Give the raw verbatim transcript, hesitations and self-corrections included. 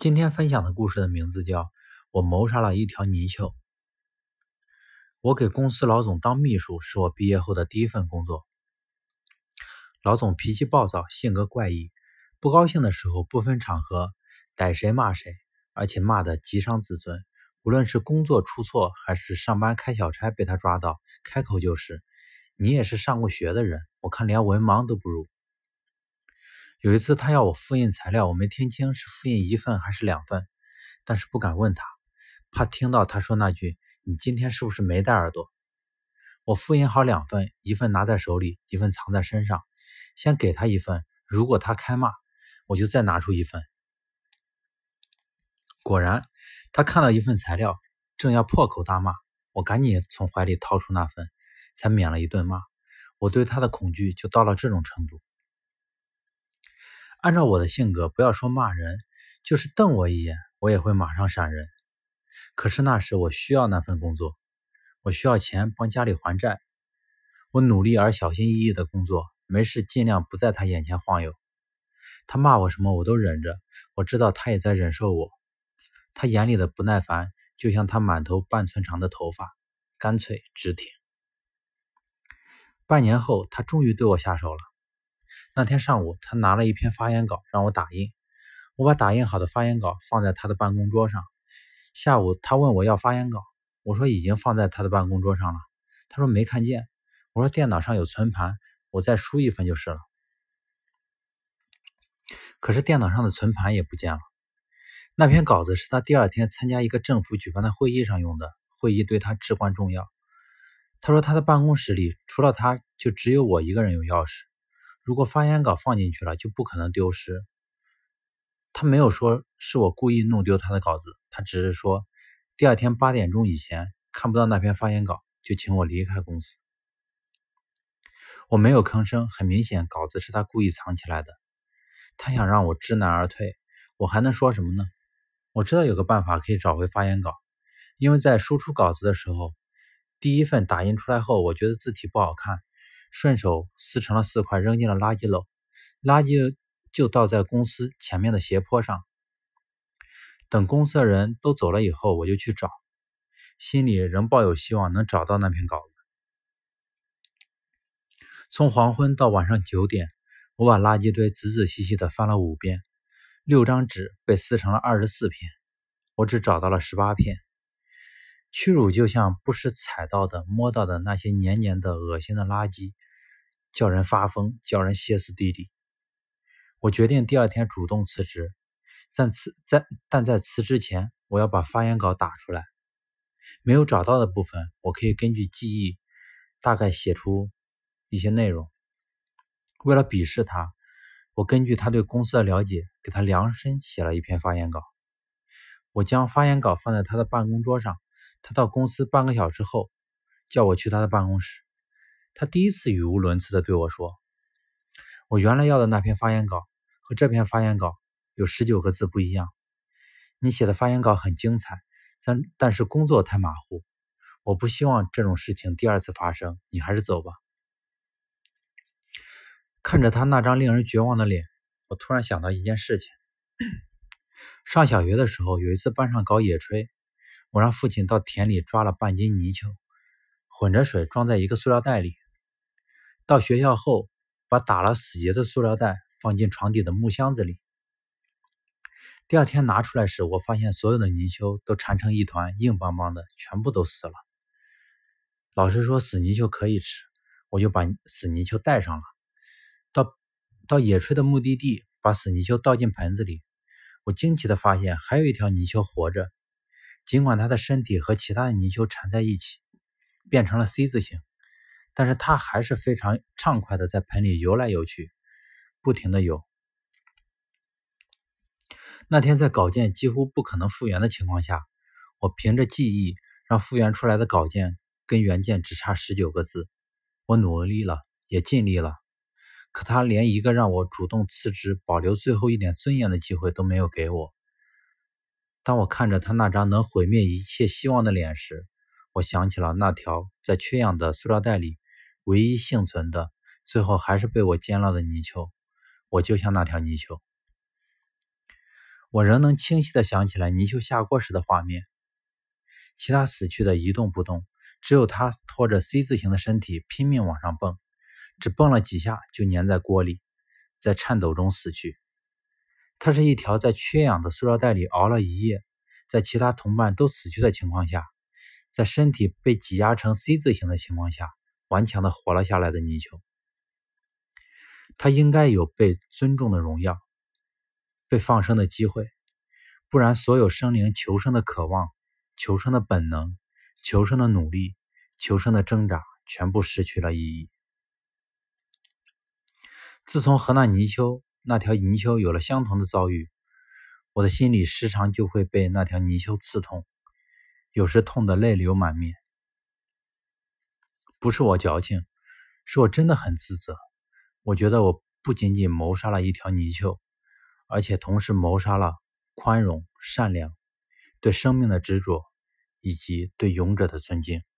今天分享的故事的名字叫我谋杀了一条泥鳅。我给公司老总当秘书是我毕业后的第一份工作。老总脾气暴躁，性格怪异，不高兴的时候不分场合逮谁骂谁，而且骂得极伤自尊。无论是工作出错还是上班开小差被他抓到，开口就是你也是上过学的人，我看连文盲都不如。有一次他要我复印材料，我没听清是复印一份还是两份，但是不敢问他，怕听到他说那句你今天是不是没带耳朵。我复印好两份，一份拿在手里，一份藏在身上，先给他一份，如果他开骂我就再拿出一份。果然他看到一份材料正要破口大骂，我赶紧从怀里掏出那份，才免了一顿骂。我对他的恐惧就到了这种程度。按照我的性格，不要说骂人，就是瞪我一眼我也会马上闪人。可是那时我需要那份工作，我需要钱帮家里还债，我努力而小心翼翼的工作，没事尽量不在他眼前晃悠。他骂我什么我都忍着，我知道他也在忍受我。他眼里的不耐烦就像他满头半寸长的头发，干脆直挺。半年后他终于对我下手了。那天上午他拿了一篇发言稿让我打印，我把打印好的发言稿放在他的办公桌上。下午他问我要发言稿，我说已经放在他的办公桌上了。他说没看见，我说电脑上有存盘，我再输一份就是了。可是电脑上的存盘也不见了。那篇稿子是他第二天参加一个政府举办的会议上用的，会议对他至关重要。他说他的办公室里除了他就只有我一个人有钥匙，如果发言稿放进去了就不可能丢失。他没有说是我故意弄丢他的稿子，他只是说第二天八点钟以前看不到那篇发言稿就请我离开公司。我没有吭声，很明显稿子是他故意藏起来的。他想让我知难而退，我还能说什么呢？我知道有个办法可以找回发言稿，因为在输出稿子的时候，第一份打印出来后我觉得字体不好看，顺手撕成了四块扔进了垃圾篓，垃圾就倒在公司前面的斜坡上。等公司的人都走了以后我就去找，心里仍抱有希望能找到那篇稿子。从黄昏到晚上九点，我把垃圾堆仔仔细细地翻了五遍，六张纸被撕成了二十四片，我只找到了十八片。屈辱就像不时踩到的摸到的那些黏黏的恶心的垃圾，叫人发疯，叫人歇斯底里。我决定第二天主动辞职，但辞在但在辞职前我要把发言稿打出来。没有找到的部分我可以根据记忆大概写出一些内容。为了鄙视他，我根据他对公司的了解给他量身写了一篇发言稿。我将发言稿放在他的办公桌上，他到公司半个小时后叫我去他的办公室。他第一次语无伦次地对我说，我原来要的那篇发言稿和这篇发言稿有十九个字不一样，你写的发言稿很精彩，但但是工作太马虎，我不希望这种事情第二次发生，你还是走吧。看着他那张令人绝望的脸，我突然想到一件事情。上小学的时候有一次班上搞野炊，我让父亲到田里抓了半斤泥鳅，混着水装在一个塑料袋里。到学校后把打了死结的塑料袋放进床底的木箱子里。第二天拿出来时，我发现所有的泥鳅都缠成一团，硬邦邦的，全部都死了。老师说死泥鳅可以吃，我就把死泥鳅带上了。到到野炊的目的地，把死泥鳅倒进盆子里，我惊奇地发现还有一条泥鳅活着，尽管它的身体和其他的泥鳅缠在一起，变成了 C 字形，但是它还是非常畅快地在盆里游来游去，不停地游。那天在稿件几乎不可能复原的情况下，我凭着记忆让复原出来的稿件跟原件只差十九个字。我努力了，也尽力了，可他连一个让我主动辞职保留最后一点尊严的机会都没有给我。当我看着他那张能毁灭一切希望的脸时，我想起了那条在缺氧的塑料袋里唯一幸存的，最后还是被我煎了的泥鳅。我就像那条泥鳅。 我仍能清晰地想起来泥鳅下锅时的画面。其他死去的一动不动，只有它拖着 C 字形的身体拼命往上蹦，只蹦了几下就粘在锅里，在颤抖中死去。它是一条在缺氧的塑料袋里熬了一夜，在其他同伴都死去的情况下，在身体被挤压成 C 字形的情况下，顽强地活了下来的泥鳅。它应该有被尊重的荣耀，被放生的机会，不然所有生灵求生的渴望、求生的本能、求生的努力、求生的挣扎，全部失去了意义。自从和那泥鳅那条泥鳅有了相同的遭遇，我的心里时常就会被那条泥鳅刺痛，有时痛得泪流满面。不是我矫情，是我真的很自责。我觉得我不仅仅谋杀了一条泥鳅，而且同时谋杀了宽容、善良、对生命的执着以及对勇者的尊敬。